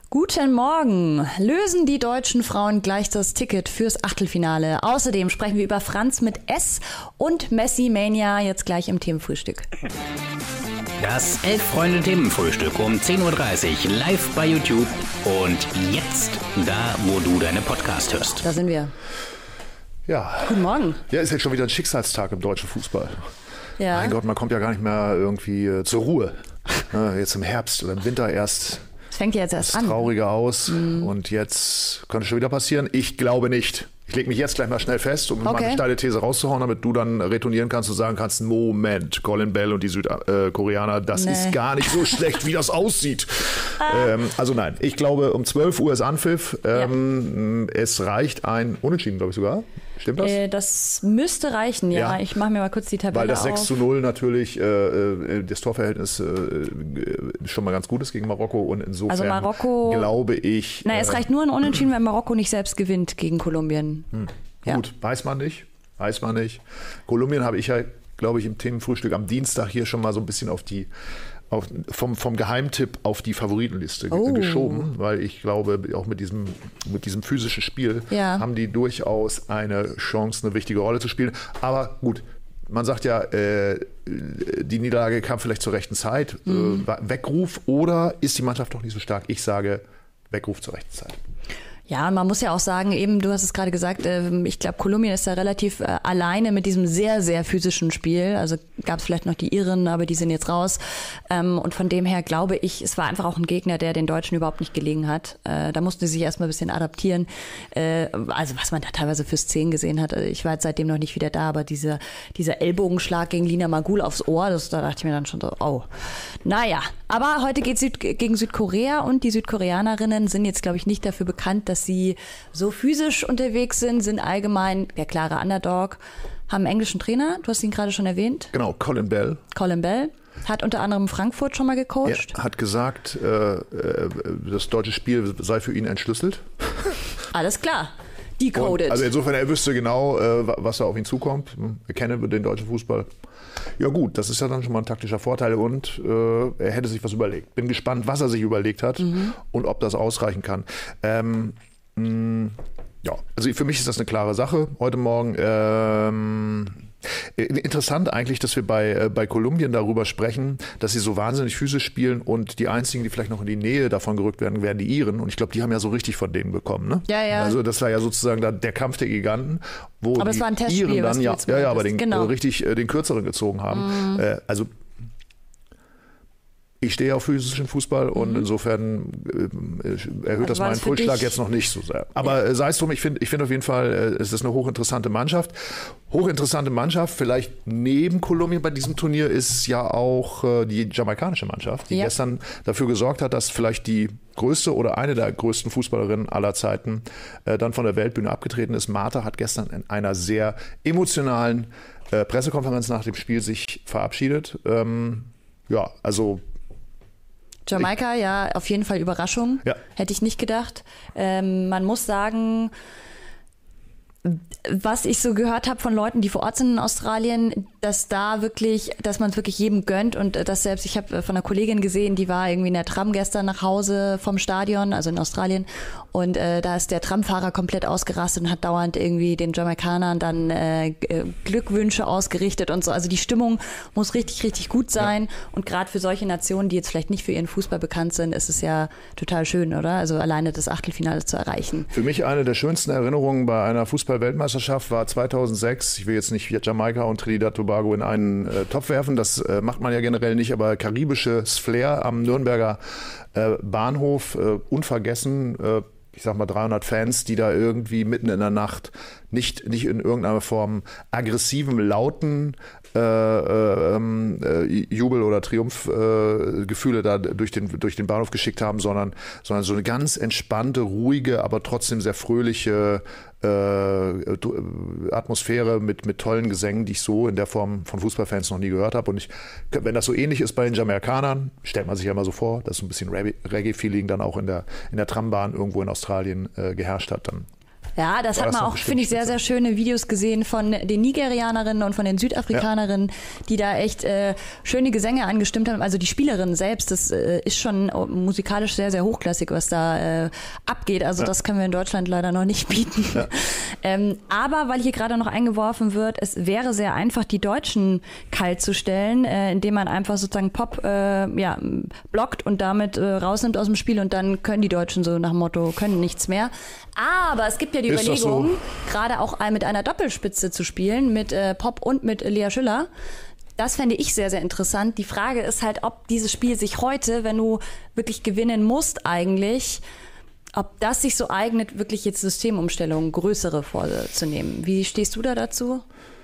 Guten Morgen. Lösen die deutschen Frauen gleich das Ticket fürs Achtelfinale? Außerdem sprechen wir über Franz mit S und Messi Mania jetzt gleich im Themenfrühstück. Das 11-Freunde-Themenfrühstück um 10.30 Uhr live bei YouTube und jetzt da, wo du deine Podcast hörst. Da sind wir. Ja. Guten Morgen. Ja, ist jetzt schon wieder ein Schicksalstag im deutschen Fußball. Ja. Mein Gott, man kommt ja gar nicht mehr irgendwie zur Ruhe. Jetzt im Herbst oder im Winter erst. Es fängt ja jetzt erst an. Trauriger aus und jetzt könnte schon wieder passieren. Ich glaube nicht. Ich lege mich jetzt gleich mal schnell fest, um mal eine steile These rauszuhauen, damit du dann retournieren kannst und sagen kannst, Moment, Colin Bell und die Südkoreaner, das ist gar nicht so schlecht, wie das aussieht. Also nein, ich glaube, um 12 Uhr ist Anpfiff. Es reicht ein Unentschieden, glaube ich sogar. Stimmt das? Das müsste reichen, ja. Ich mache mir mal kurz die Tabelle auf. Weil das 6:0 natürlich das Torverhältnis schon mal ganz gut ist gegen Marokko und insofern also Marokko, glaube ich... es reicht nur ein Unentschieden, wenn Marokko nicht selbst gewinnt gegen Kolumbien. Gut, weiß man nicht. Kolumbien habe ich ja, glaube ich, im Themenfrühstück am Dienstag hier schon mal so ein bisschen vom Geheimtipp auf die Favoritenliste geschoben, weil ich glaube, auch mit diesem physischen Spiel haben die durchaus eine Chance, eine wichtige Rolle zu spielen. Aber gut, man sagt ja, die Niederlage kam vielleicht zur rechten Zeit. Weckruf oder ist die Mannschaft doch nicht so stark? Ich sage, Weckruf zur rechten Zeit. Ja, man muss ja auch sagen, eben, du hast es gerade gesagt, ich glaube, Kolumbien ist da relativ alleine mit diesem sehr, sehr physischen Spiel. Also gab es vielleicht noch die Iren, aber die sind jetzt raus. Und von dem her glaube ich, es war einfach auch ein Gegner, der den Deutschen überhaupt nicht gelegen hat. Da mussten sie sich erstmal ein bisschen adaptieren. Also was man da teilweise für Szenen gesehen hat, ich war jetzt seitdem noch nicht wieder da, aber dieser Ellbogenschlag gegen Lina Magul aufs Ohr, da dachte ich mir dann schon so, oh. Naja, aber heute geht es gegen Südkorea und die Südkoreanerinnen sind jetzt, glaube ich, nicht dafür bekannt, dass sie so physisch unterwegs sind allgemein der klare Underdog, haben einen englischen Trainer, du hast ihn gerade schon erwähnt. Genau, Colin Bell. Hat unter anderem Frankfurt schon mal gecoacht. Er hat gesagt, das deutsche Spiel sei für ihn entschlüsselt. Alles klar. Decoded. Also insofern, er wüsste genau, was da auf ihn zukommt. Er kenne den deutschen Fußball. Ja gut, das ist ja dann schon mal ein taktischer Vorteil und er hätte sich was überlegt. Bin gespannt, was er sich überlegt hat und ob das ausreichen kann. Ja, also für mich ist das eine klare Sache. Heute Morgen interessant eigentlich, dass wir bei Kolumbien darüber sprechen, dass sie so wahnsinnig physisch spielen und die einzigen, die vielleicht noch in die Nähe davon gerückt werden, wären die Iren. Und ich glaube, die haben ja so richtig von denen bekommen. Ne? Ja. Also das war ja sozusagen der Kampf der Giganten, wo aber die es war ein Testspiel, Iren dann aber richtig den Kürzeren gezogen haben. Also ich stehe auf physischen Fußball und insofern erhöht das meinen Pulsschlag jetzt noch nicht so sehr. Aber sei es drum, ich finde auf jeden Fall, es ist eine hochinteressante Mannschaft. Vielleicht neben Kolumbien bei diesem Turnier ist ja auch die jamaikanische Mannschaft, die gestern dafür gesorgt hat, dass vielleicht die größte oder eine der größten Fußballerinnen aller Zeiten dann von der Weltbühne abgetreten ist. Marta hat gestern in einer sehr emotionalen Pressekonferenz nach dem Spiel sich verabschiedet. Jamaika, ja, auf jeden Fall Überraschung. Ja. Hätte ich nicht gedacht. Man muss sagen, was ich so gehört habe von Leuten, die vor Ort sind in Australien, dass man es wirklich jedem gönnt und dass selbst, ich habe von einer Kollegin gesehen, die war irgendwie in der Tram gestern nach Hause vom Stadion, also in Australien, und da ist der Tramfahrer komplett ausgerastet und hat dauernd irgendwie den Jamaikanern dann Glückwünsche ausgerichtet und so. Also die Stimmung muss richtig, richtig gut sein und gerade für solche Nationen, die jetzt vielleicht nicht für ihren Fußball bekannt sind, ist es ja total schön, oder? Also alleine das Achtelfinale zu erreichen. Für mich eine der schönsten Erinnerungen bei einer Fußball-Weltmeisterschaft war 2006. Ich will jetzt nicht Jamaika und Trinidad Tobago in einen Topf werfen, das macht man ja generell nicht, aber karibisches Flair am Nürnberger Bahnhof, unvergessen, ich sag mal 300 Fans, die da irgendwie mitten in der Nacht nicht in irgendeiner Form aggressiven, lauten Jubel- oder Triumphgefühle da durch den Bahnhof geschickt haben, sondern so eine ganz entspannte, ruhige, aber trotzdem sehr fröhliche Atmosphäre mit tollen Gesängen, die ich so in der Form von Fußballfans noch nie gehört habe. Und wenn das so ähnlich ist bei den Jamaikanern, stellt man sich ja mal so vor, dass so ein bisschen Reggae-Feeling dann auch in der Trambahn irgendwo in Australien geherrscht hat, dann Ja, das hat man auch, finde ich, sehr, sehr schöne Videos gesehen von den Nigerianerinnen und von den Südafrikanerinnen, die da echt schöne Gesänge angestimmt haben. Also die Spielerin selbst, das ist schon musikalisch sehr, sehr hochklassig, was da abgeht. Also das können wir in Deutschland leider noch nicht bieten. Ja. Aber weil hier gerade noch eingeworfen wird, es wäre sehr einfach, die Deutschen kalt zu stellen, indem man einfach sozusagen Pop blockt und damit rausnimmt aus dem Spiel und dann können die Deutschen so nach dem Motto, können nichts mehr. Aber es gibt ja die Überlegung, gerade auch mit einer Doppelspitze zu spielen, mit Pop und mit Lea Schüller. Das fände ich sehr, sehr interessant. Die Frage ist halt, ob dieses Spiel sich heute, wenn du wirklich gewinnen musst eigentlich, ob das sich so eignet, wirklich jetzt Systemumstellungen, größere vorzunehmen. Wie stehst du da dazu?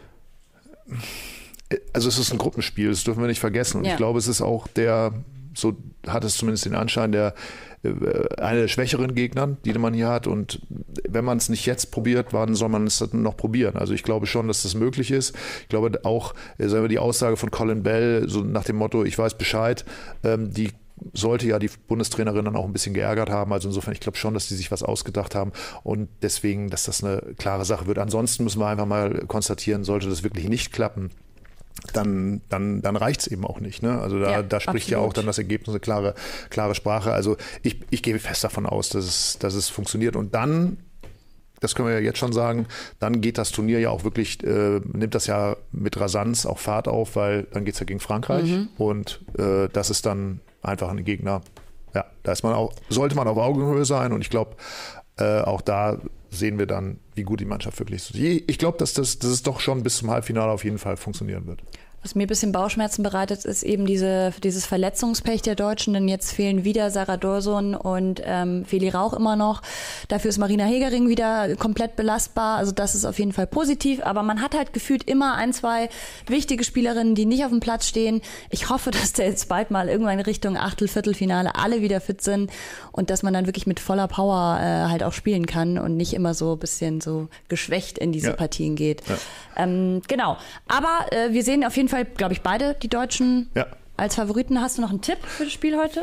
Also es ist ein Gruppenspiel, das dürfen wir nicht vergessen. Und ich glaube, es ist auch so hat es zumindest den Anschein, einer der schwächeren Gegnern, die man hier hat. Und wenn man es nicht jetzt probiert, wann soll man es dann noch probieren? Also ich glaube schon, dass das möglich ist. Ich glaube auch, sagen wir, die Aussage von Colin Bell, so nach dem Motto, ich weiß Bescheid, die sollte ja die Bundestrainerin dann auch ein bisschen geärgert haben. Also insofern, ich glaube schon, dass die sich was ausgedacht haben und deswegen, dass das eine klare Sache wird. Ansonsten müssen wir einfach mal konstatieren, sollte das wirklich nicht klappen, dann reicht es eben auch nicht. Ne? Also da spricht ja auch dann das Ergebnis eine klare Sprache. Also ich gehe fest davon aus, dass es funktioniert. Und dann, das können wir ja jetzt schon sagen, dann geht das Turnier ja auch wirklich, nimmt das ja mit Rasanz auch Fahrt auf, weil dann geht es ja gegen Frankreich und das ist dann einfach ein Gegner. Ja, sollte man auf Augenhöhe sein und ich glaube, auch da sehen wir dann, wie gut die Mannschaft wirklich ist. Ich glaube, dass es doch schon bis zum Halbfinale auf jeden Fall funktionieren wird. Was mir ein bisschen Bauchschmerzen bereitet, ist eben dieses Verletzungspech der Deutschen, denn jetzt fehlen wieder Sarah Dorson und Feli Rauch immer noch. Dafür ist Marina Hegering wieder komplett belastbar. Also das ist auf jeden Fall positiv. Aber man hat halt gefühlt immer 1, 2 wichtige Spielerinnen, die nicht auf dem Platz stehen. Ich hoffe, dass da jetzt bald mal irgendwann in Richtung Achtel-, Viertelfinale alle wieder fit sind und dass man dann wirklich mit voller Power halt auch spielen kann und nicht immer so ein bisschen so geschwächt in diese Partien geht. Ja. Genau. Aber wir sehen auf jeden Fall, glaube ich, beide die Deutschen als Favoriten. Hast du noch einen Tipp für das Spiel heute?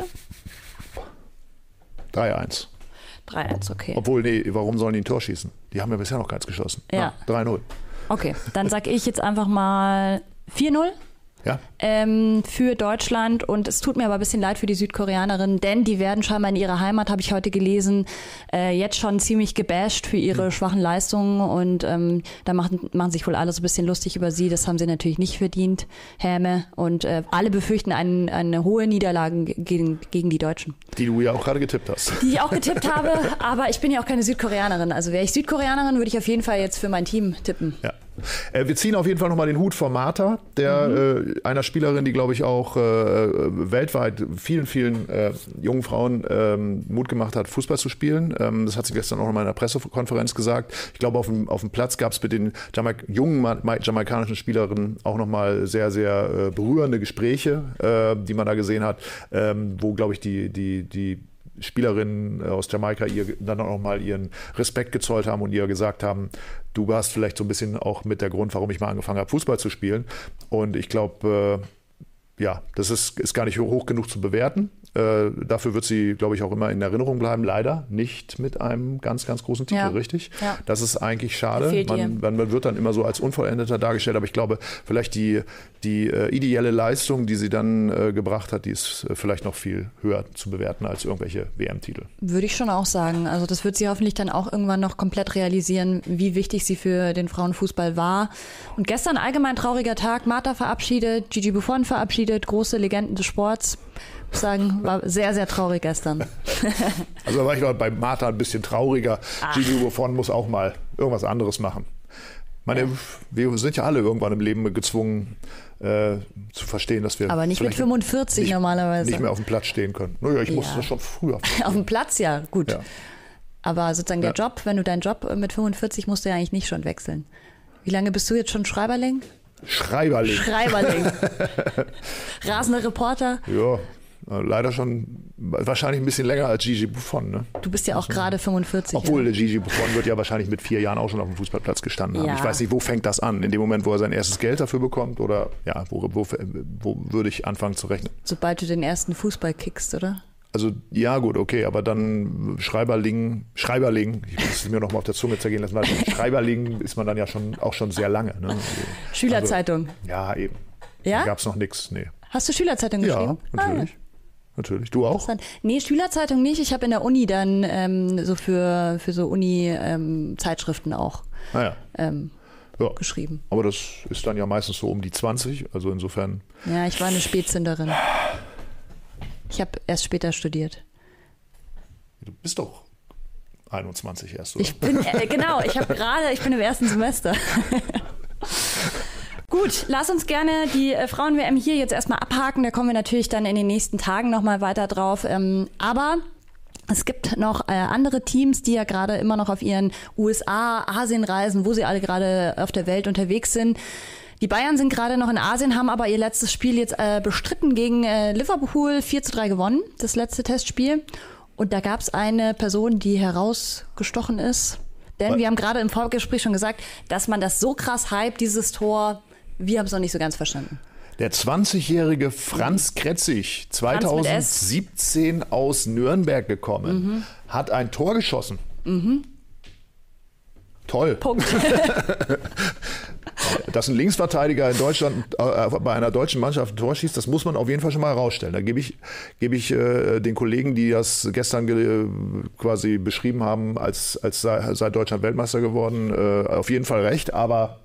3-1. 3-1, okay. Obwohl, warum sollen die ein Tor schießen? Die haben ja bisher noch keins geschossen. Ja. 3-0. Okay, dann sag ich jetzt einfach mal 4-0. Ja. Für Deutschland und es tut mir aber ein bisschen leid für die Südkoreanerinnen, denn die werden scheinbar in ihrer Heimat, habe ich heute gelesen, jetzt schon ziemlich gebasht für ihre schwachen Leistungen und da machen sich wohl alle so ein bisschen lustig über sie. Das haben sie natürlich nicht verdient, Häme, und alle befürchten eine hohe Niederlage gegen die Deutschen. Die du ja auch gerade getippt hast. Die ich auch getippt habe, aber ich bin ja auch keine Südkoreanerin. Also wäre ich Südkoreanerin, würde ich auf jeden Fall jetzt für mein Team tippen. Ja. Wir ziehen auf jeden Fall nochmal den Hut vor Martha, einer Spielerin, die, glaube ich, auch weltweit vielen jungen Frauen Mut gemacht hat, Fußball zu spielen. Das hat sie gestern auch nochmal in der Pressekonferenz gesagt. Ich glaube, auf dem Platz gab es mit den jungen jamaikanischen Spielerinnen auch nochmal sehr, sehr berührende Gespräche, die man da gesehen hat, wo, glaube ich, die Spielerinnen aus Jamaika ihr dann auch nochmal ihren Respekt gezollt haben und ihr gesagt haben, du warst vielleicht so ein bisschen auch mit der Grund, warum ich mal angefangen habe, Fußball zu spielen. Und ich glaube, das ist gar nicht hoch genug zu bewerten. Dafür wird sie, glaube ich, auch immer in Erinnerung bleiben. Leider nicht mit einem ganz, ganz großen Titel, richtig? Ja. Das ist eigentlich schade. Man wird dann immer so als Unvollendeter dargestellt, aber ich glaube, vielleicht die ideelle Leistung, die sie dann gebracht hat, die ist vielleicht noch viel höher zu bewerten als irgendwelche WM-Titel. Würde ich schon auch sagen. Also das wird sie hoffentlich dann auch irgendwann noch komplett realisieren, wie wichtig sie für den Frauenfußball war. Und gestern allgemein trauriger Tag. Martha verabschiedet, Gigi Buffon verabschiedet, große Legenden des Sports. Ich sagen, war sehr, sehr traurig gestern. Also da war ich noch bei Martha ein bisschen trauriger. Gigi Buffon muss auch mal irgendwas anderes machen. Wir sind ja alle irgendwann im Leben gezwungen zu verstehen, dass wir aber nicht mit 45 normalerweise nicht mehr auf dem Platz stehen können. Naja, ich musste das schon früher. Auf dem Platz, ja, gut. Ja. Aber sozusagen der Job, wenn du deinen Job mit 45 musst du ja eigentlich nicht schon wechseln. Wie lange bist du jetzt schon Schreiberling? Schreiberling. Rasender Reporter. Ja. Leider schon wahrscheinlich ein bisschen länger als Gigi Buffon. Ne? Du bist ja auch gerade 45. Obwohl der Gigi Buffon wird ja wahrscheinlich mit 4 Jahren auch schon auf dem Fußballplatz gestanden haben. Ich weiß nicht, wo fängt das an? In dem Moment, wo er sein erstes Geld dafür bekommt? Oder wo würde ich anfangen zu rechnen? Sobald du den ersten Fußball kickst, oder? Also, ja, gut, okay, aber dann Schreiberling, ich muss es mir noch mal auf der Zunge zergehen lassen, weil Schreiberling ist man dann ja auch schon sehr lange. Ne? Schülerzeitung. Also, ja, eben. Ja? Da gab es noch nichts, nee. Hast du Schülerzeitung geschrieben? Ja, natürlich. Ah, ja. Natürlich. Du auch? Nee, Schülerzeitung nicht. Ich habe in der Uni dann so für so Uni-Zeitschriften auch geschrieben. Aber das ist dann ja meistens so um die 20, also insofern. Ja, ich war eine Spätzünderin. Ich habe erst später studiert. Du bist doch 21 erst, oder? Ich bin, genau, ich bin im ersten Semester. Gut, lass uns gerne die Frauen-WM hier jetzt erstmal abhaken. Da kommen wir natürlich dann in den nächsten Tagen nochmal weiter drauf. Aber es gibt noch andere Teams, die ja gerade immer noch auf ihren USA-Asien-Reisen, wo sie alle gerade auf der Welt unterwegs sind. Die Bayern sind gerade noch in Asien, haben aber ihr letztes Spiel jetzt bestritten gegen Liverpool, 4-3 gewonnen, das letzte Testspiel. Und da gab es eine Person, die herausgestochen ist. Denn wir haben gerade im Vorgespräch schon gesagt, dass man das so krass hypt, dieses Tor, wir haben es noch nicht so ganz verstanden. Der 20-jährige Franz Kretzig, 2017 aus Nürnberg gekommen, hat ein Tor geschossen. Toll. Punkt. Dass ein Linksverteidiger in Deutschland bei einer deutschen Mannschaft ein Tor schießt, das muss man auf jeden Fall schon mal herausstellen. Da gebe ich den Kollegen, die das gestern quasi beschrieben haben, als sei Deutschland Weltmeister geworden, auf jeden Fall recht. Aber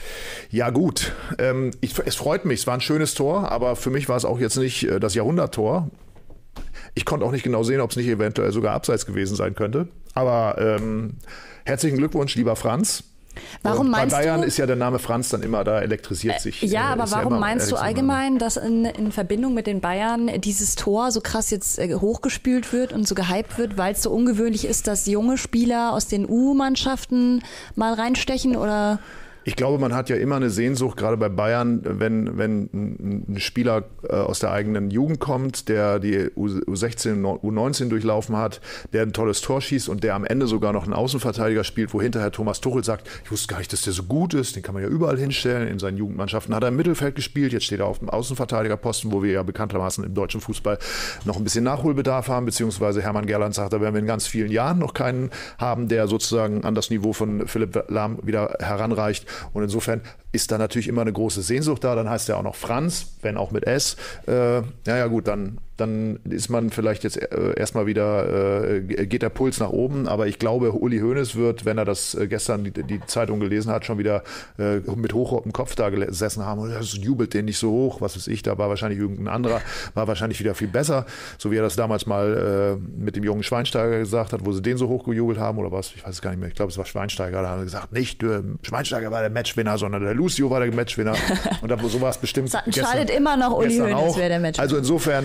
ja gut, es freut mich, es war ein schönes Tor, aber für mich war es auch jetzt nicht das Jahrhunderttor. Ich konnte auch nicht genau sehen, ob es nicht eventuell sogar abseits gewesen sein könnte. Aber herzlichen Glückwunsch, lieber Franz. Warum meinst bei Bayern ist ja der Name Franz dann immer, da elektrisiert sich. Ja, aber warum meinst du allgemein, dass in Verbindung mit den Bayern dieses Tor so krass jetzt hochgespült wird und so gehypt wird, weil es so ungewöhnlich ist, dass junge Spieler aus den U-Mannschaften mal reinstechen oder? Ich glaube, man hat ja immer eine Sehnsucht, gerade bei Bayern, wenn ein Spieler aus der eigenen Jugend kommt, der die U16 und U19 durchlaufen hat, der ein tolles Tor schießt und der am Ende sogar noch einen Außenverteidiger spielt, wo hinterher Thomas Tuchel sagt, ich wusste gar nicht, dass der so gut ist, den kann man ja überall hinstellen, in seinen Jugendmannschaften hat er im Mittelfeld gespielt, jetzt steht er auf dem Außenverteidigerposten, wo wir ja bekanntermaßen im deutschen Fußball noch ein bisschen Nachholbedarf haben, beziehungsweise Hermann Gerland sagt, da werden wir in ganz vielen Jahren noch keinen haben, der sozusagen an das Niveau von Philipp Lahm wieder heranreicht. Und insofern ist da natürlich immer eine große Sehnsucht da. Dann heißt er auch noch Franz, wenn auch mit S. Ja gut, dann ist man vielleicht jetzt erstmal wieder, geht der Puls nach oben. Aber ich glaube, Uli Hoeneß wird, wenn er das gestern die Zeitung gelesen hat, schon wieder mit hochrotem Kopf da gesessen haben. Und das jubelt den nicht so hoch, was weiß ich. Da war wahrscheinlich irgendein anderer, war wahrscheinlich wieder viel besser. So wie er das damals mal mit dem jungen Schweinsteiger gesagt hat, wo sie den so hoch gejubelt haben oder was, ich weiß es gar nicht mehr. Ich glaube, es war Schweinsteiger. Da haben sie gesagt, nicht Schweinsteiger war der Matchwinner, sondern der Lucio war der Matchwinner. Und so war es bestimmt. Entscheidet immer noch Uli Hoeneß, wer der Matchwinner. Also insofern,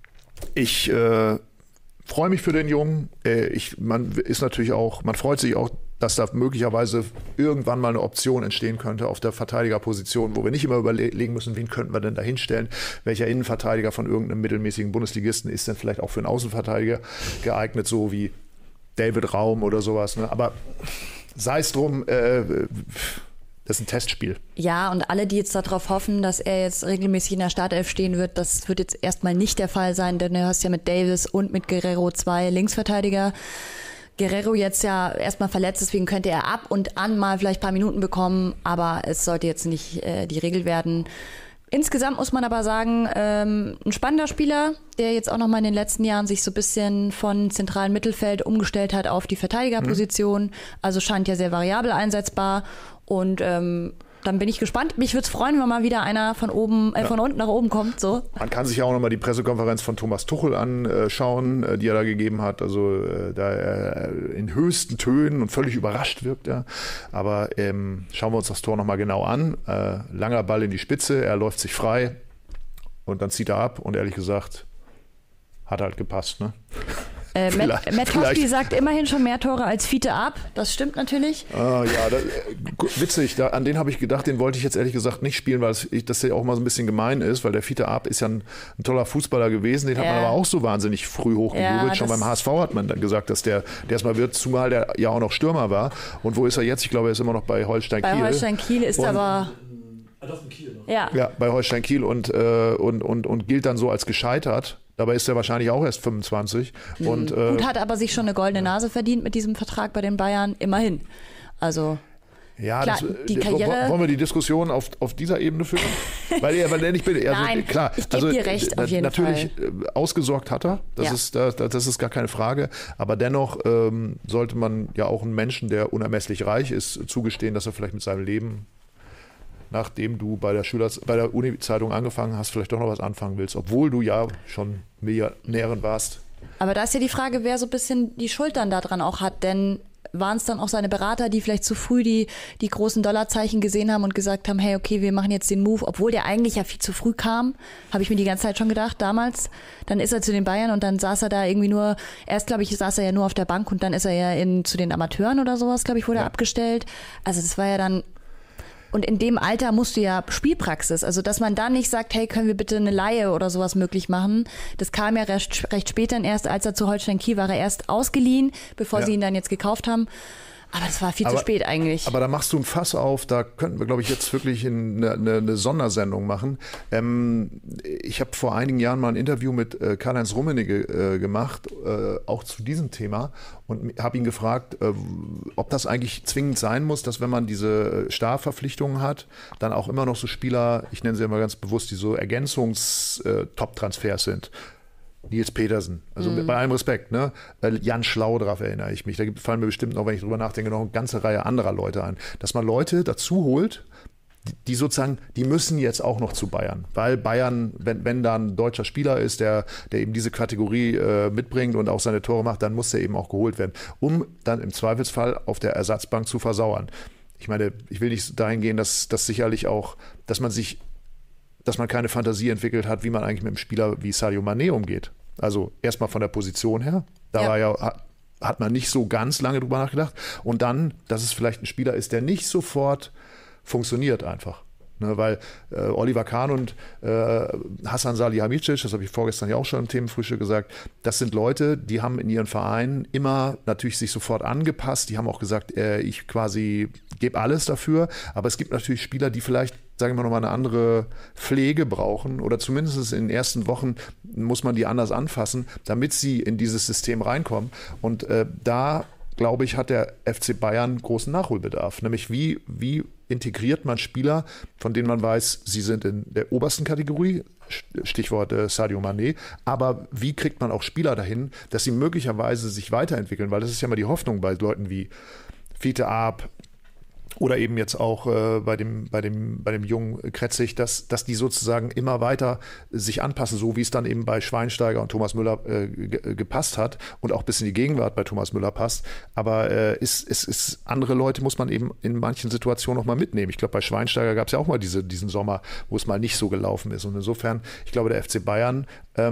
ich freue mich für den Jungen. Man freut sich auch, dass da möglicherweise irgendwann mal eine Option entstehen könnte auf der Verteidigerposition, wo wir nicht immer überlegen müssen, wen könnten wir denn da hinstellen, welcher Innenverteidiger von irgendeinem mittelmäßigen Bundesligisten ist denn vielleicht auch für einen Außenverteidiger geeignet, so wie David Raum oder sowas. Ne? Aber sei es drum, das ist ein Testspiel. Ja, und alle, die jetzt darauf hoffen, dass er jetzt regelmäßig in der Startelf stehen wird, das wird jetzt erstmal nicht der Fall sein, denn du hast ja mit Davis und mit Guerrero 2 Linksverteidiger. Guerrero jetzt ja erstmal verletzt, deswegen könnte er ab und an mal vielleicht ein paar Minuten bekommen, aber es sollte jetzt nicht die Regel werden. Insgesamt muss man aber sagen, ein spannender Spieler, der jetzt auch nochmal in den letzten Jahren sich so ein bisschen von zentralen Mittelfeld umgestellt hat auf die Verteidigerposition. Also scheint ja sehr variabel einsetzbar. Und dann bin ich gespannt. Mich würde es freuen, wenn mal wieder einer von unten nach oben kommt. So. Man kann sich ja auch nochmal die Pressekonferenz von Thomas Tuchel anschauen, die er da gegeben hat. Also da er in höchsten Tönen und völlig überrascht wirkt er. Aber schauen wir uns das Tor nochmal genau an. Langer Ball in die Spitze, er läuft sich frei und dann zieht er ab. Und ehrlich gesagt, hat halt gepasst, ne? Matt Toschke sagt immerhin schon mehr Tore als Fiete Ab. Das stimmt natürlich. Witzig. An den habe ich gedacht, den wollte ich jetzt ehrlich gesagt nicht spielen, weil das ja auch mal so ein bisschen gemein ist, weil der Fiete Ab ist ja ein toller Fußballer gewesen. Den hat man aber auch so wahnsinnig früh hochgejubelt. Ja, schon beim HSV hat man dann gesagt, dass der erstmal wird, zumal der ja auch noch Stürmer war. Und wo ist er jetzt? Ich glaube, er ist immer noch bei Holstein Kiel. Bei Holstein Kiel ist aber... Kiel noch. Ja, bei Holstein Kiel und gilt dann so als gescheitert. Dabei ist er wahrscheinlich auch erst 25. Und, Gut, hat aber sich schon eine goldene Nase verdient mit diesem Vertrag bei den Bayern, immerhin. Also ja, klar, die Karriere. Wollen wir die Diskussion auf dieser Ebene führen? weil er nicht bin. Also, Nein, klar, ich gebe dir recht, auf jeden natürlich, Fall. Natürlich ausgesorgt hat er, das ist gar keine Frage. Aber dennoch sollte man ja auch einen Menschen, der unermesslich reich ist, zugestehen, dass er vielleicht mit seinem Leben, nachdem du bei der Uni-Zeitung angefangen hast, vielleicht doch noch was anfangen willst, obwohl du ja schon Millionärin warst. Aber da ist ja die Frage, wer so ein bisschen die Schuld dann daran auch hat, denn waren es dann auch seine Berater, die vielleicht zu früh die großen Dollarzeichen gesehen haben und gesagt haben, hey, okay, wir machen jetzt den Move, obwohl der eigentlich ja viel zu früh kam, habe ich mir die ganze Zeit schon gedacht, damals. Dann ist er zu den Bayern und dann saß er da irgendwie nur, erst glaube ich, saß er ja nur auf der Bank und dann ist er ja zu den Amateuren oder sowas, glaube ich, wurde er abgestellt. Also das war ja dann, und in dem Alter musst du ja Spielpraxis, also dass man da nicht sagt, hey, können wir bitte eine Leihe oder sowas möglich machen. Das kam ja recht spät dann erst, als er zu Holstein Kiel war, er erst ausgeliehen, bevor sie ihn dann jetzt gekauft haben. Aber das war viel zu spät eigentlich. Aber da machst du ein Fass auf, da könnten wir, glaube ich, jetzt wirklich eine Sondersendung machen. Ich habe vor einigen Jahren mal ein Interview mit Karl-Heinz Rummenigge gemacht, auch zu diesem Thema, und habe ihn gefragt, ob das eigentlich zwingend sein muss, dass wenn man diese Starverpflichtungen hat, dann auch immer noch so Spieler, ich nenne sie immer ganz bewusst, die so Ergänzungs-Top-Transfers sind. Nils Petersen, also bei allem Respekt, ne? Jan Schlaudraff erinnere ich mich, da fallen mir bestimmt noch, wenn ich drüber nachdenke, noch eine ganze Reihe anderer Leute ein, dass man Leute dazu holt, die sozusagen, die müssen jetzt auch noch zu Bayern, weil Bayern, wenn da ein deutscher Spieler ist, der eben diese Kategorie mitbringt und auch seine Tore macht, dann muss der eben auch geholt werden, um dann im Zweifelsfall auf der Ersatzbank zu versauern. Ich meine, ich will nicht dahin gehen, dass sicherlich auch, dass man keine Fantasie entwickelt hat, wie man eigentlich mit einem Spieler wie Sadio Mané umgeht. Also erstmal von der Position her. Da hat man nicht so ganz lange drüber nachgedacht. Und dann, dass es vielleicht ein Spieler ist, der nicht sofort funktioniert einfach. Ne, weil Oliver Kahn und Hasan Salihamidzic, das habe ich vorgestern ja auch schon im Themenfrühstück gesagt, das sind Leute, die haben in ihren Vereinen immer natürlich sich sofort angepasst. Die haben auch gesagt, ich quasi gebe alles dafür. Aber es gibt natürlich Spieler, die vielleicht, sagen wir mal, eine andere Pflege brauchen oder zumindest in den ersten Wochen muss man die anders anfassen, damit sie in dieses System reinkommen. Und da, glaube ich, hat der FC Bayern großen Nachholbedarf. Nämlich wie integriert man Spieler, von denen man weiß, sie sind in der obersten Kategorie, Stichwort Sadio Mané, aber wie kriegt man auch Spieler dahin, dass sie möglicherweise sich weiterentwickeln, weil das ist ja immer die Hoffnung bei Leuten wie Fiete Arp oder eben jetzt auch bei dem jungen Kretzig, dass die sozusagen immer weiter sich anpassen, so wie es dann eben bei Schweinsteiger und Thomas Müller gepasst hat und auch bis in die Gegenwart bei Thomas Müller passt. Aber andere Leute muss man eben in manchen Situationen noch mal mitnehmen. Ich glaube, bei Schweinsteiger gab es ja auch mal diesen Sommer, wo es mal nicht so gelaufen ist. Und insofern, ich glaube, der FC Bayern,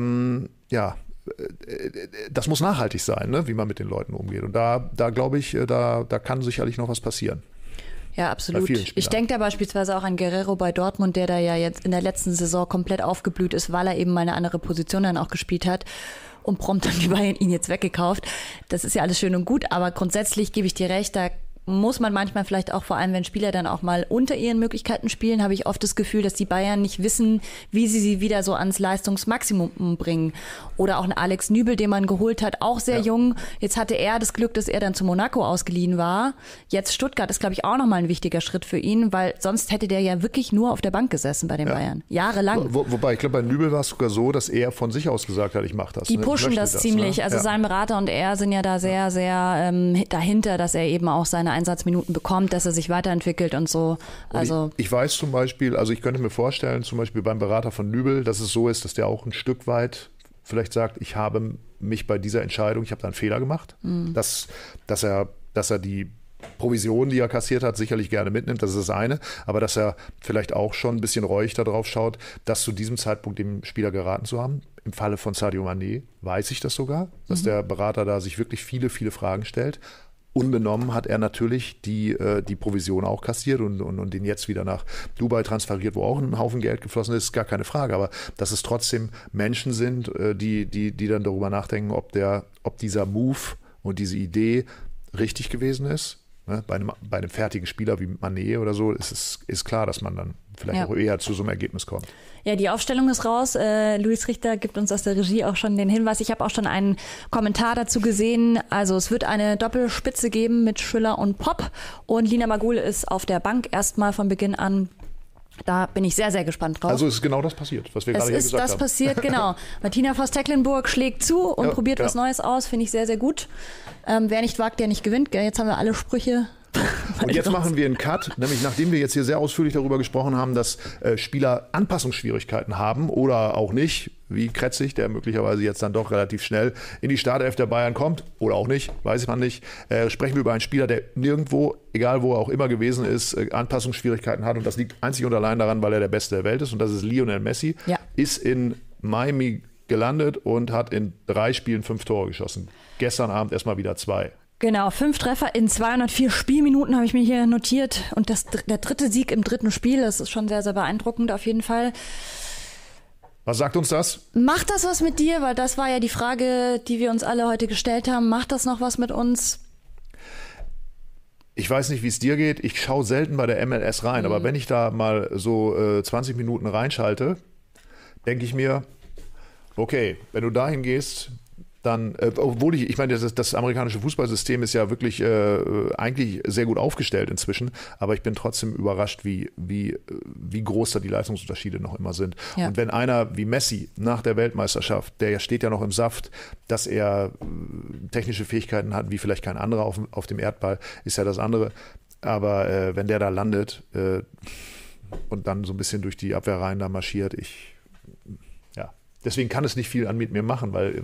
das muss nachhaltig sein, ne, wie man mit den Leuten umgeht. Und da glaube ich, da kann sicherlich noch was passieren. Ja, absolut. Ich denke da beispielsweise auch an Guerrero bei Dortmund, der da ja jetzt in der letzten Saison komplett aufgeblüht ist, weil er eben mal eine andere Position dann auch gespielt hat und prompt dann die Bayern ihn jetzt weggekauft. Das ist ja alles schön und gut, aber grundsätzlich gebe ich dir recht, da muss man manchmal vielleicht auch, vor allem wenn Spieler dann auch mal unter ihren Möglichkeiten spielen, habe ich oft das Gefühl, dass die Bayern nicht wissen, wie sie wieder so ans Leistungsmaximum bringen. Oder auch ein Alex Nübel, den man geholt hat, auch sehr jung. Jetzt hatte er das Glück, dass er dann zu Monaco ausgeliehen war. Jetzt Stuttgart ist, glaube ich, auch nochmal ein wichtiger Schritt für ihn, weil sonst hätte der ja wirklich nur auf der Bank gesessen bei den Bayern. Jahrelang. Wobei, ich glaube, bei Nübel war es sogar so, dass er von sich aus gesagt hat, ich mache das. Die pushen das ziemlich. Ne? Also sein Berater und er sind ja da sehr, sehr dahinter, dass er eben auch seine Einsatzminuten bekommt, dass er sich weiterentwickelt und so. Also ich weiß zum Beispiel, also ich könnte mir vorstellen, zum Beispiel beim Berater von Nübel, dass es so ist, dass der auch ein Stück weit vielleicht sagt, ich habe mich bei dieser Entscheidung, ich habe da einen Fehler gemacht, dass er die Provision, die er kassiert hat, sicherlich gerne mitnimmt, das ist das eine, aber dass er vielleicht auch schon ein bisschen reuig darauf schaut, das zu diesem Zeitpunkt dem Spieler geraten zu haben. Im Falle von Sadio Mané weiß ich das sogar, dass der Berater da sich wirklich viele, viele Fragen stellt. Unbenommen hat er natürlich die Provision auch kassiert und den jetzt wieder nach Dubai transferiert, wo auch ein Haufen Geld geflossen ist, gar keine Frage. Aber dass es trotzdem Menschen sind, die dann darüber nachdenken, ob dieser Move und diese Idee richtig gewesen ist. Ne? Bei einem fertigen Spieler wie Mané oder so ist klar, dass man dann vielleicht auch eher zu so einem Ergebnis kommt. Ja, die Aufstellung ist raus. Luis Richter gibt uns aus der Regie auch schon den Hinweis. Ich habe auch schon einen Kommentar dazu gesehen. Also es wird eine Doppelspitze geben mit Schüller und Popp. Und Lina Magul ist auf der Bank erstmal von Beginn an. Da bin ich sehr, sehr gespannt drauf. Also ist genau das passiert, was wir gerade gesagt haben. Es ist das passiert, genau. Martina Voss-Tecklenburg schlägt zu und probiert was Neues aus. Finde ich sehr, sehr gut. Wer nicht wagt, der nicht gewinnt. Gell? Jetzt haben wir alle Sprüche. Und jetzt machen wir einen Cut, nämlich nachdem wir jetzt hier sehr ausführlich darüber gesprochen haben, dass Spieler Anpassungsschwierigkeiten haben oder auch nicht, wie Kretzig, der möglicherweise jetzt dann doch relativ schnell in die Startelf der Bayern kommt oder auch nicht, weiß man nicht, sprechen wir über einen Spieler, der nirgendwo, egal wo er auch immer gewesen ist, Anpassungsschwierigkeiten hat und das liegt einzig und allein daran, weil er der Beste der Welt ist und das ist Lionel Messi, ist in Miami gelandet und hat in 3 Spielen 5 Tore geschossen. Gestern Abend erstmal wieder 2. Genau, 5 Treffer in 204 Spielminuten habe ich mir hier notiert. Und der 3. Sieg im 3. Spiel, das ist schon sehr, sehr beeindruckend auf jeden Fall. Was sagt uns das? Macht das was mit dir? Weil das war ja die Frage, die wir uns alle heute gestellt haben. Macht das noch was mit uns? Ich weiß nicht, wie es dir geht. Ich schaue selten bei der MLS rein. Aber wenn ich da mal so 20 Minuten reinschalte, denke ich mir, okay, wenn du dahin gehst, dann, obwohl ich meine, das amerikanische Fußballsystem ist ja wirklich eigentlich sehr gut aufgestellt inzwischen, aber ich bin trotzdem überrascht, wie groß da die Leistungsunterschiede noch immer sind. Ja. Und wenn einer wie Messi nach der Weltmeisterschaft, der steht ja noch im Saft, dass er technische Fähigkeiten hat, wie vielleicht kein anderer auf dem Erdball, ist ja das andere. Aber wenn der da landet und dann so ein bisschen durch die Abwehrreihen da marschiert, deswegen kann es nicht viel mit mir machen, weil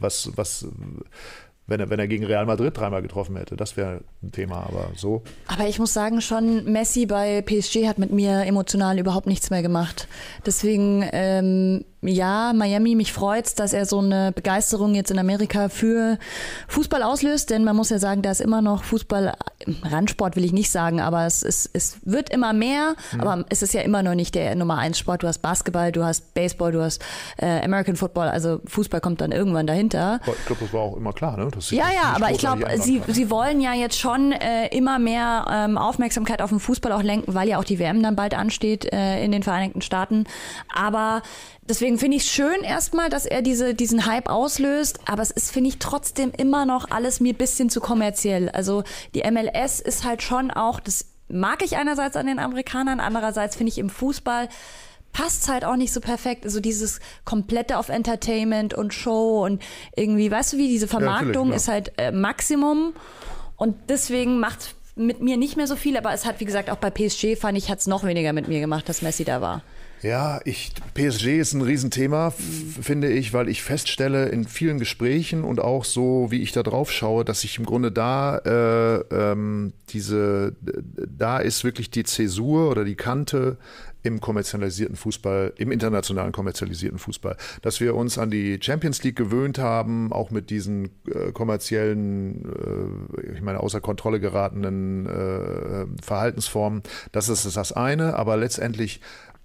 wenn er gegen Real Madrid 3-mal getroffen hätte, das wäre ein Thema, aber so. Aber ich muss sagen, schon Messi bei PSG hat mit mir emotional überhaupt nichts mehr gemacht. Deswegen, Miami, mich freut's, dass er so eine Begeisterung jetzt in Amerika für Fußball auslöst, denn man muss ja sagen, da ist immer noch Fußball, Randsport will ich nicht sagen, aber es wird immer mehr, aber es ist ja immer noch nicht der Nummer 1 Sport. Du hast Basketball, du hast Baseball, du hast American Football, also Fußball kommt dann irgendwann dahinter. Ich glaube, das war auch immer klar, ne? Ja, aber ich glaube, sie wollen ja jetzt schon immer mehr Aufmerksamkeit auf den Fußball auch lenken, weil ja auch die WM dann bald ansteht in den Vereinigten Staaten, aber deswegen finde ich es schön erstmal, dass er diesen Hype auslöst, aber es ist, finde ich, trotzdem immer noch alles mir ein bisschen zu kommerziell. Also die MLS ist halt schon auch, das mag ich einerseits an den Amerikanern, andererseits finde ich im Fußball passt es halt auch nicht so perfekt. Also dieses komplette auf Entertainment und Show und irgendwie, weißt du wie, diese Vermarktung ist halt Maximum und deswegen macht mit mir nicht mehr so viel, aber es hat, wie gesagt, auch bei PSG, fand ich, hat es noch weniger mit mir gemacht, dass Messi da war. Ja, PSG ist ein Riesenthema, finde ich, weil ich feststelle in vielen Gesprächen und auch so, wie ich da drauf schaue, dass ich im Grunde da ist wirklich die Zäsur oder die Kante im kommerzialisierten Fußball, im internationalen kommerzialisierten Fußball. Dass wir uns an die Champions League gewöhnt haben, auch mit diesen kommerziellen, ich meine, außer Kontrolle geratenen Verhaltensformen, das ist das eine, aber letztendlich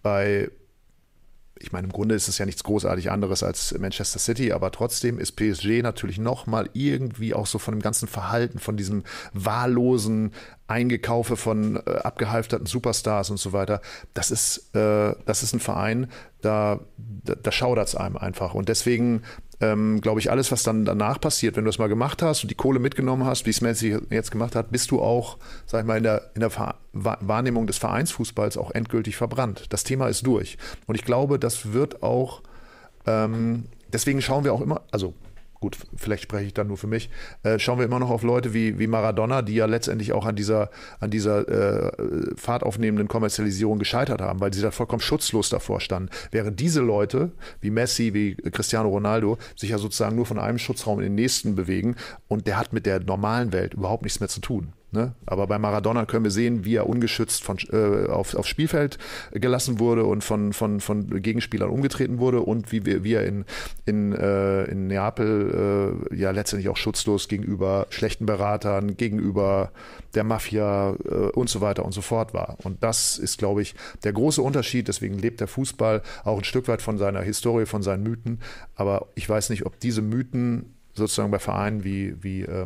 ich meine, im Grunde ist es ja nichts großartig anderes als Manchester City, aber trotzdem ist PSG natürlich nochmal irgendwie auch so von dem ganzen Verhalten, von diesem wahllosen Eingekaufe von abgehalfterten Superstars und so weiter. Das ist ein Verein, da schaudert es einem einfach. Und deswegen glaube ich, alles, was dann danach passiert, wenn du es mal gemacht hast und die Kohle mitgenommen hast, wie es Messi jetzt gemacht hat, bist du auch, sag ich mal, in der Wahrnehmung des Vereinsfußballs auch endgültig verbrannt. Das Thema ist durch. Und ich glaube, das wird auch, deswegen schauen wir auch immer, also gut, vielleicht spreche ich dann nur für mich, schauen wir immer noch auf Leute wie Maradona, die ja letztendlich auch an dieser fahrtaufnehmenden Kommerzialisierung gescheitert haben, weil sie da vollkommen schutzlos davor standen. Während diese Leute, wie Messi, wie Cristiano Ronaldo, sich ja sozusagen nur von einem Schutzraum in den nächsten bewegen und der hat mit der normalen Welt überhaupt nichts mehr zu tun. Ne? Aber bei Maradona können wir sehen, wie er ungeschützt aufs Spielfeld gelassen wurde und von Gegenspielern umgetreten wurde und wie er in Neapel ja letztendlich auch schutzlos gegenüber schlechten Beratern, gegenüber der Mafia und so weiter und so fort war. Und das ist, glaube ich, der große Unterschied. Deswegen lebt der Fußball auch ein Stück weit von seiner Historie, von seinen Mythen. Aber ich weiß nicht, ob diese Mythen sozusagen bei Vereinen wie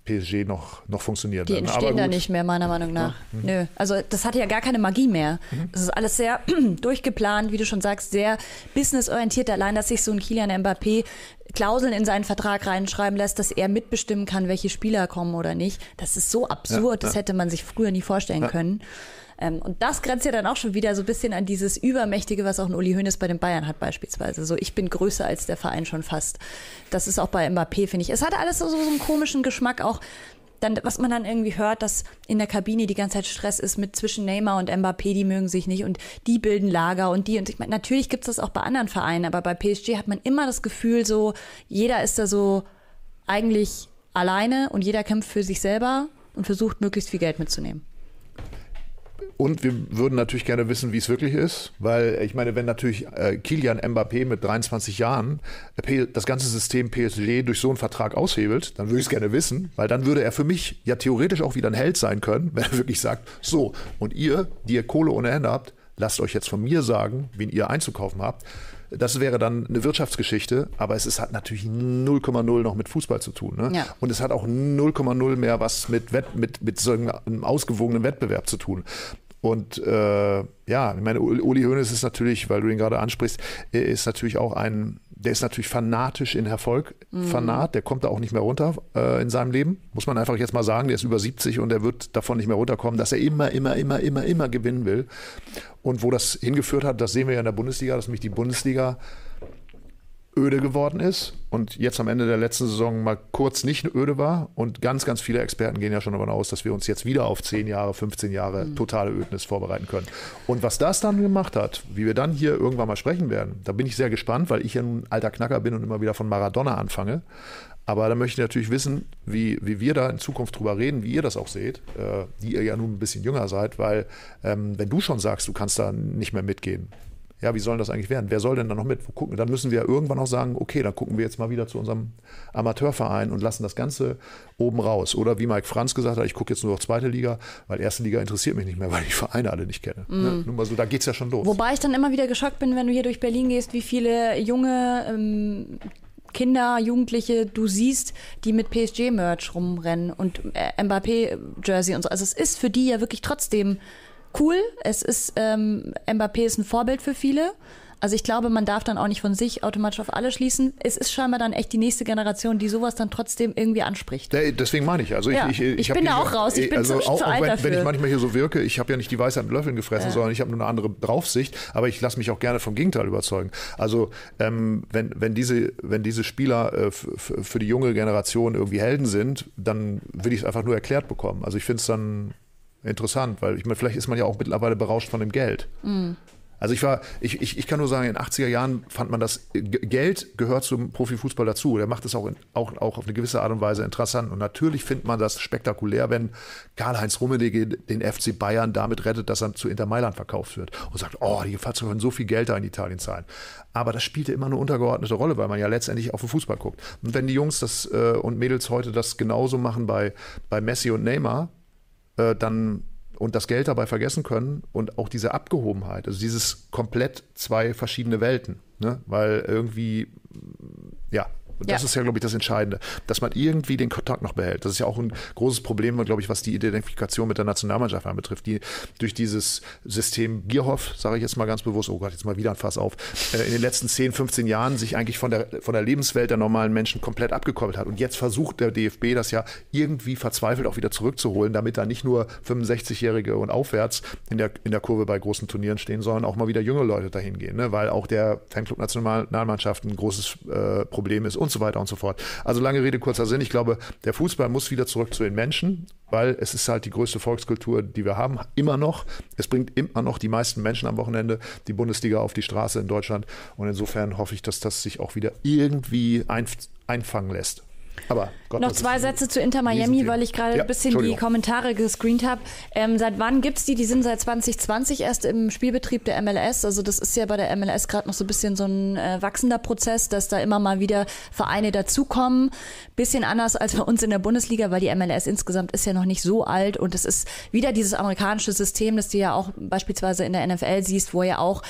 PSG noch funktionieren. Die entstehen da nicht mehr, meiner Meinung nach. Ja. Nö. Also das hatte ja gar keine Magie mehr. Das ist alles sehr durchgeplant, wie du schon sagst, sehr businessorientiert. Allein, dass sich so ein Kylian Mbappé Klauseln in seinen Vertrag reinschreiben lässt, dass er mitbestimmen kann, welche Spieler kommen oder nicht. Das ist so absurd, das hätte man sich früher nie vorstellen können. Und das grenzt ja dann auch schon wieder so ein bisschen an dieses Übermächtige, was auch ein Uli Hoeneß bei den Bayern hat beispielsweise. So, ich bin größer als der Verein schon fast. Das ist auch bei Mbappé, finde ich. Es hat alles so einen komischen Geschmack auch. Dann, was man dann irgendwie hört, dass in der Kabine die ganze Zeit Stress ist mit zwischen Neymar und Mbappé, die mögen sich nicht und die bilden Lager und die. Und ich meine, natürlich gibt es das auch bei anderen Vereinen, aber bei PSG hat man immer das Gefühl, so jeder ist da so eigentlich alleine und jeder kämpft für sich selber und versucht, möglichst viel Geld mitzunehmen. Und wir würden natürlich gerne wissen, wie es wirklich ist, weil ich meine, wenn natürlich Kylian Mbappé mit 23 Jahren das ganze System PSG durch so einen Vertrag aushebelt, dann würde ich es gerne wissen, weil dann würde er für mich ja theoretisch auch wieder ein Held sein können, wenn er wirklich sagt, so, und ihr, die ihr Kohle ohne Ende habt, lasst euch jetzt von mir sagen, wen ihr einzukaufen habt. Das wäre dann eine Wirtschaftsgeschichte, aber hat natürlich 0,0 noch mit Fußball zu tun. Ne? Ja. Und es hat auch 0,0 mehr was mit so einem ausgewogenen Wettbewerb zu tun. Und ich meine, Uli Hoeneß ist natürlich, weil du ihn gerade ansprichst, ist natürlich auch der ist natürlich fanatisch in Erfolg, Fanat, der kommt da auch nicht mehr runter in seinem Leben, muss man einfach jetzt mal sagen, der ist über 70 und der wird davon nicht mehr runterkommen, dass er immer gewinnen will. Und wo das hingeführt hat, das sehen wir ja in der Bundesliga, dass nämlich die Bundesliga öde geworden ist und jetzt am Ende der letzten Saison mal kurz nicht öde war und ganz, ganz viele Experten gehen ja schon davon aus, dass wir uns jetzt wieder auf 10 Jahre, 15 Jahre totale Ödnis vorbereiten können. Und was das dann gemacht hat, wie wir dann hier irgendwann mal sprechen werden, da bin ich sehr gespannt, weil ich ja nun ein alter Knacker bin und immer wieder von Maradona anfange. Aber da möchte ich natürlich wissen, wie wir da in Zukunft drüber reden, wie ihr das auch seht, die ihr ja nun ein bisschen jünger seid, weil wenn du schon sagst, du kannst da nicht mehr mitgehen, ja, wie soll das eigentlich werden? Wer soll denn da noch mit? Gucken? Dann müssen wir irgendwann auch sagen, okay, dann gucken wir jetzt mal wieder zu unserem Amateurverein und lassen das Ganze oben raus. Oder wie Mike Franz gesagt hat, ich gucke jetzt nur noch zweite Liga, weil erste Liga interessiert mich nicht mehr, weil ich die Vereine alle nicht kenne. Ne? Nur mal so, da geht's ja schon los. Wobei ich dann immer wieder geschockt bin, wenn du hier durch Berlin gehst, wie viele junge Kinder, Jugendliche du siehst, die mit PSG-Merch rumrennen und Mbappé-Jersey und so. Also es ist für die ja wirklich trotzdem cool. Es ist, Mbappé ist ein Vorbild für viele. Also ich glaube, man darf dann auch nicht von sich automatisch auf alle schließen. Es ist scheinbar dann echt die nächste Generation, die sowas dann trotzdem irgendwie anspricht. Deswegen meine ich. Also ich bin da auch raus. Ich bin also zu alt dafür. Wenn ich manchmal hier so wirke, ich habe ja nicht die Weisheit mit Löffeln gefressen, sondern ich habe nur eine andere Draufsicht. Aber ich lasse mich auch gerne vom Gegenteil überzeugen. Also wenn diese Spieler für die junge Generation irgendwie Helden sind, dann will ich es einfach nur erklärt bekommen. Also ich finde es dann interessant, weil ich meine, vielleicht ist man ja auch mittlerweile berauscht von dem Geld. Also ich kann nur sagen, in den 80er Jahren fand man das, Geld gehört zum Profifußball dazu. Der macht es auch auf eine gewisse Art und Weise interessant. Und natürlich findet man das spektakulär, wenn Karl-Heinz Rummenigge den FC Bayern damit rettet, dass er zu Inter Mailand verkauft wird. Und sagt, oh, die Fahrzeuge können so viel Geld da in Italien zahlen. Aber das spielte immer eine untergeordnete Rolle, weil man ja letztendlich auf den Fußball guckt. Und wenn die Jungs und Mädels heute das genauso machen bei Messi und Neymar, dann und das Geld dabei vergessen können und auch diese Abgehobenheit, also dieses komplett zwei verschiedene Welten, ne? Weil irgendwie, und das ist ja, glaube ich, das Entscheidende, dass man irgendwie den Kontakt noch behält. Das ist ja auch ein großes Problem, glaube ich, was die Identifikation mit der Nationalmannschaft anbetrifft, die durch dieses System Bierhoff, sage ich jetzt mal ganz bewusst, oh Gott, jetzt mal wieder ein Fass auf, in den letzten 10, 15 Jahren sich eigentlich von der Lebenswelt der normalen Menschen komplett abgekoppelt hat. Und jetzt versucht der DFB das ja irgendwie verzweifelt auch wieder zurückzuholen, damit da nicht nur 65-Jährige und aufwärts in der Kurve bei großen Turnieren stehen, sondern auch mal wieder junge Leute dahin gehen, ne? Weil auch der Fanclub Nationalmannschaft ein großes Problem ist und so weiter und so fort. Also lange Rede, kurzer Sinn. Ich glaube, der Fußball muss wieder zurück zu den Menschen, weil es ist halt die größte Volkskultur, die wir haben, immer noch. Es bringt immer noch die meisten Menschen am Wochenende die Bundesliga auf die Straße in Deutschland. Und insofern hoffe ich, dass das sich auch wieder irgendwie einfangen lässt. Aber Gott, noch 2 Sätze zu Inter Miami, weil ich gerade ein bisschen die Kommentare gescreent habe. Seit wann gibt's die? Die sind seit 2020 erst im Spielbetrieb der MLS. Also das ist ja bei der MLS gerade noch so ein bisschen so ein wachsender Prozess, dass da immer mal wieder Vereine dazukommen. Bisschen anders als bei uns in der Bundesliga, weil die MLS insgesamt ist ja noch nicht so alt. Und es ist wieder dieses amerikanische System, das du ja auch beispielsweise in der NFL siehst, wo ja auch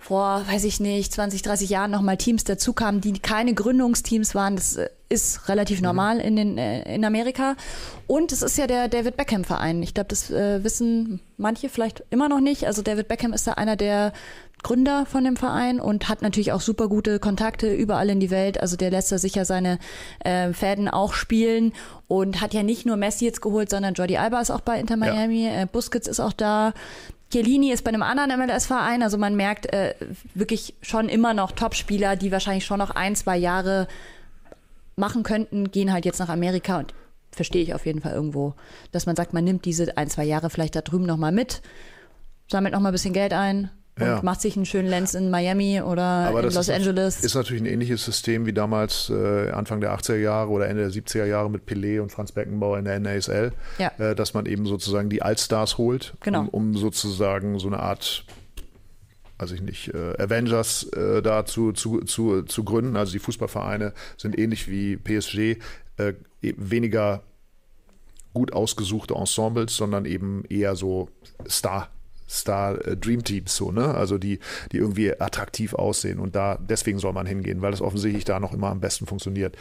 vor, weiß ich nicht, 20, 30 Jahren nochmal Teams dazukamen, die keine Gründungsteams waren. Das ist relativ normal in Amerika. Und es ist ja der David Beckham-Verein. Ich glaube, das wissen manche vielleicht immer noch nicht. Also David Beckham ist da einer der Gründer von dem Verein und hat natürlich auch super gute Kontakte überall in die Welt. Also der lässt da sicher seine Fäden auch spielen und hat ja nicht nur Messi jetzt geholt, sondern Jordi Alba ist auch bei Inter Miami, Busquets ist auch da. Chiellini ist bei einem anderen MLS-Verein, also man merkt wirklich schon immer noch Topspieler, die wahrscheinlich schon noch 1-2 Jahre machen könnten, gehen halt jetzt nach Amerika und verstehe ich auf jeden Fall irgendwo, dass man sagt, man nimmt diese 1-2 Jahre vielleicht da drüben nochmal mit, sammelt nochmal ein bisschen Geld ein und macht sich einen schönen Lenz in Miami oder in Los Angeles. Ist natürlich ein ähnliches System wie damals Anfang der 80er Jahre oder Ende der 70er Jahre mit Pelé und Franz Beckenbauer in der NASL, dass man eben sozusagen die Allstars holt, um sozusagen so eine Art, weiß ich nicht, Avengers da zu gründen. Also die Fußballvereine sind ähnlich wie PSG, weniger gut ausgesuchte Ensembles, sondern eben eher so Star Dream Teams, so, ne? Also die irgendwie attraktiv aussehen und deswegen soll man hingehen, weil das offensichtlich da noch immer am besten funktioniert.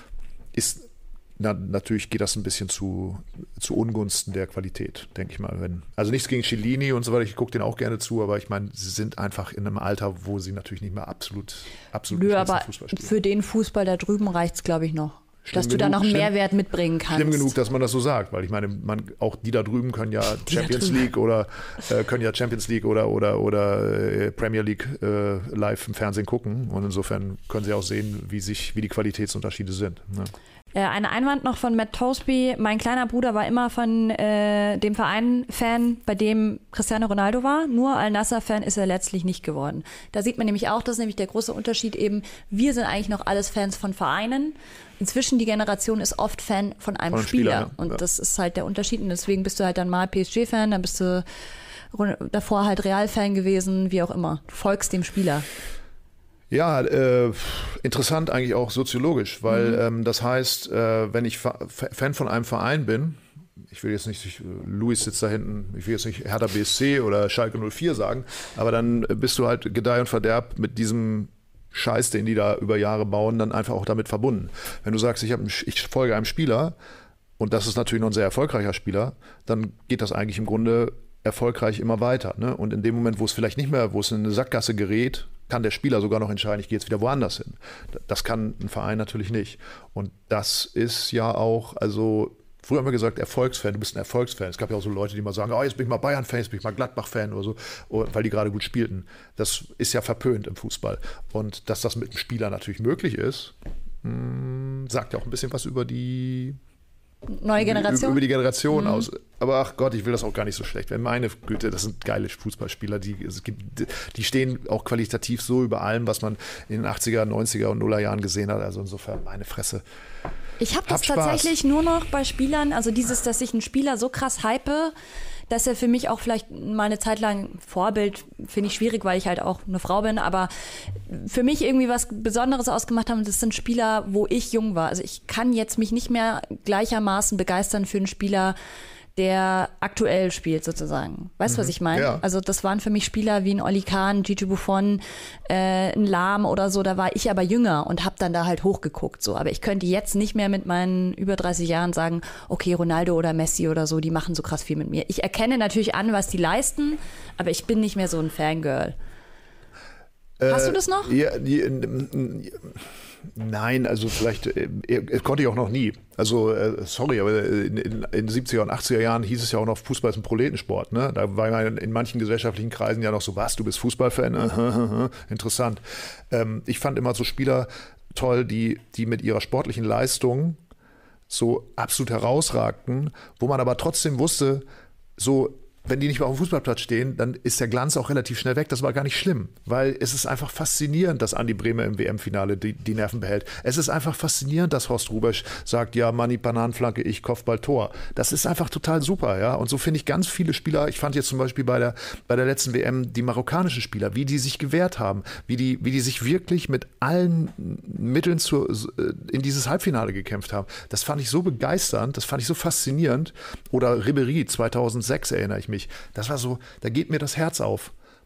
Natürlich geht das ein bisschen zu Ungunsten der Qualität, denke ich mal. Also nichts gegen Chiellini und so weiter, ich gucke den auch gerne zu, aber ich meine, sie sind einfach in einem Alter, wo sie natürlich nicht mehr absolut aber Fußball spielen. Für den Fußball da drüben reicht es, glaube ich, noch. Dass du da noch einen Mehrwert mitbringen kannst. Schlimm genug, dass man das so sagt, weil ich meine, auch die da drüben können ja Champions League oder Premier League live im Fernsehen gucken und insofern können sie auch sehen, wie die Qualitätsunterschiede sind. Ne? Ein Einwand noch von Matt Toasby. Mein kleiner Bruder war immer von dem Verein Fan, bei dem Cristiano Ronaldo war. Nur Al-Nassr-Fan ist er letztlich nicht geworden. Da sieht man nämlich auch, das ist nämlich der große Unterschied eben, wir sind eigentlich noch alles Fans von Vereinen. Inzwischen die Generation ist oft Fan von einem Spieler. Und das ist halt der Unterschied. Und deswegen bist du halt dann mal PSG-Fan, dann bist du davor halt Real-Fan gewesen, wie auch immer. Du folgst dem Spieler. Ja, interessant eigentlich auch soziologisch, weil das heißt, wenn ich Fan von einem Verein bin, ich will jetzt nicht, Luis sitzt da hinten, ich will jetzt nicht Hertha BSC oder Schalke 04 sagen, aber dann bist du halt Gedeih und Verderb mit diesem Scheiß, den die da über Jahre bauen, dann einfach auch damit verbunden. Wenn du sagst, ich folge einem Spieler und das ist natürlich noch ein sehr erfolgreicher Spieler, dann geht das eigentlich im Grunde erfolgreich immer weiter. Ne? Und in dem Moment, wo es vielleicht nicht mehr, wo es in eine Sackgasse gerät, kann der Spieler sogar noch entscheiden, ich gehe jetzt wieder woanders hin. Das kann ein Verein natürlich nicht. Und das ist ja auch, also früher haben wir gesagt, Erfolgsfan, du bist ein Erfolgsfan. Es gab ja auch so Leute, die mal sagen, jetzt bin ich mal Bayern-Fan, jetzt bin ich mal Gladbach-Fan oder so, weil die gerade gut spielten. Das ist ja verpönt im Fußball. Und dass das mit einem Spieler natürlich möglich ist, sagt ja auch ein bisschen was über die neue Generation? Über die Generation aus. Aber ach Gott, ich will das auch gar nicht so schlecht. Meine Güte, das sind geile Fußballspieler, die stehen auch qualitativ so über allem, was man in den 80er, 90er und 0er Jahren gesehen hat. Also insofern, meine Fresse. Ich habe das tatsächlich nur noch bei Spielern, also dass ich einen Spieler so krass hype, dass er für mich auch vielleicht mal eine Zeit lang Vorbild, finde ich schwierig, weil ich halt auch eine Frau bin, aber für mich irgendwie was Besonderes ausgemacht haben, das sind Spieler, wo ich jung war. Also ich kann jetzt mich nicht mehr gleichermaßen begeistern für einen Spieler, der aktuell spielt sozusagen. Weißt du, was ich meine? Ja. Also das waren für mich Spieler wie ein Oli Kahn, Gigi Buffon, ein Lahm oder so, da war ich aber jünger und habe dann da halt hochgeguckt. So. Aber ich könnte jetzt nicht mehr mit meinen über 30 Jahren sagen, okay, Ronaldo oder Messi oder so, die machen so krass viel mit mir. Ich erkenne natürlich an, was die leisten, aber ich bin nicht mehr so ein Fangirl. Hast du das noch? Nein, also vielleicht konnte ich auch noch nie. Also sorry, aber in den 70er und 80er Jahren hieß es ja auch noch, Fußball ist ein Proletensport. Ne? Da war man in manchen gesellschaftlichen Kreisen ja noch so, was, du bist Fußballfan? Interessant. Ich fand immer so Spieler toll, die mit ihrer sportlichen Leistung so absolut herausragten, wo man aber trotzdem wusste, so, wenn die nicht mehr auf dem Fußballplatz stehen, dann ist der Glanz auch relativ schnell weg. Das war gar nicht schlimm, weil es ist einfach faszinierend, dass Andi Brehme im WM-Finale die Nerven behält. Es ist einfach faszinierend, dass Horst Rubesch sagt, ja, Manni, Bananenflanke, ich Kopfball, Tor. Das ist einfach total super, ja. Und so finde ich ganz viele Spieler, ich fand jetzt zum Beispiel bei der letzten WM die marokkanischen Spieler, wie die sich gewehrt haben, wie die sich wirklich mit allen Mitteln in dieses Halbfinale gekämpft haben. Das fand ich so begeisternd, das fand ich so faszinierend. Oder Ribéry 2006 erinnere ich mich. Das war so, da geht mir das Herz auf.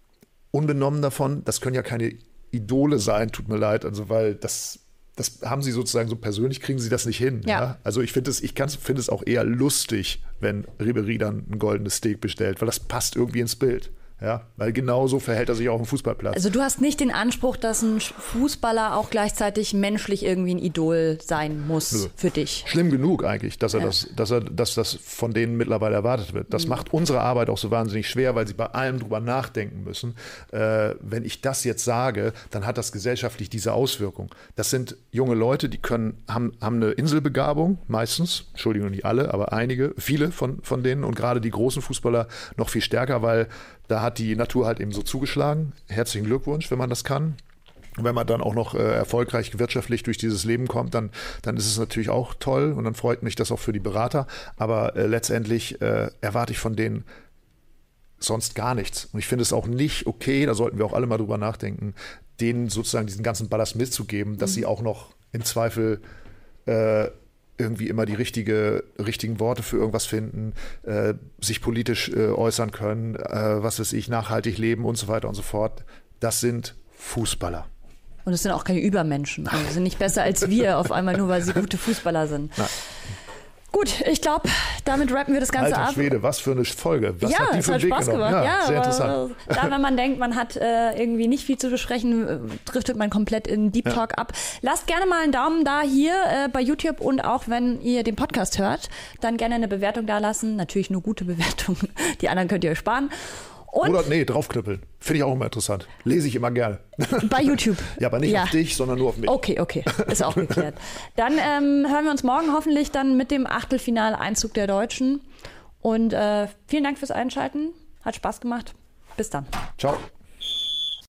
unbenommen davon, das können ja keine Idole sein, tut mir leid, also weil das haben sie sozusagen so persönlich, kriegen sie das nicht hin. Ja. Ja? Also ich finde es auch eher lustig, wenn Ribéry dann ein goldenes Steak bestellt, weil das passt irgendwie ins Bild. Ja, weil genauso verhält er sich auch auf dem Fußballplatz. Also du hast nicht den Anspruch, dass ein Fußballer auch gleichzeitig menschlich irgendwie ein Idol sein muss für dich. Schlimm genug eigentlich, dass das von denen mittlerweile erwartet wird. Das macht unsere Arbeit auch so wahnsinnig schwer, weil sie bei allem drüber nachdenken müssen. Wenn ich das jetzt sage, dann hat das gesellschaftlich diese Auswirkung. Das sind junge Leute, die haben eine Inselbegabung, meistens, Entschuldigung, nicht alle, aber viele von denen und gerade die großen Fußballer noch viel stärker, weil da hat die Natur halt eben so zugeschlagen. Herzlichen Glückwunsch, wenn man das kann. Und wenn man dann auch noch erfolgreich wirtschaftlich durch dieses Leben kommt, dann ist es natürlich auch toll und dann freut mich das auch für die Berater. Aber letztendlich erwarte ich von denen sonst gar nichts. Und ich finde es auch nicht okay, da sollten wir auch alle mal drüber nachdenken, denen sozusagen diesen ganzen Ballast mitzugeben, dass sie auch noch im Zweifel irgendwie immer die richtigen Worte für irgendwas finden, sich politisch äußern können, was weiß ich, nachhaltig leben und so weiter und so fort. Das sind Fußballer. Und es sind auch keine Übermenschen. Also sie sind nicht besser als wir auf einmal, nur weil sie gute Fußballer sind. Nein. Gut, ich glaube, damit rappen wir das Ganze ab. Alter Schwede, was für eine Folge. Was hat die für einen Weg Spaß genommen? gemacht. Ja, sehr interessant. Da, wenn man denkt, man hat irgendwie nicht viel zu besprechen, driftet man komplett in Deep Talk ab. Lasst gerne mal einen Daumen da hier bei YouTube und auch wenn ihr den Podcast hört, dann gerne eine Bewertung da lassen. Natürlich nur gute Bewertungen. Die anderen könnt ihr euch sparen. Und oder draufknüppeln. Finde ich auch immer interessant. Lese ich immer gerne. Bei YouTube. Ja, aber nicht auf dich, sondern nur auf mich. Okay. Ist auch geklärt. Dann hören wir uns morgen hoffentlich dann mit dem Achtelfinaleinzug der Deutschen. Und vielen Dank fürs Einschalten. Hat Spaß gemacht. Bis dann. Ciao.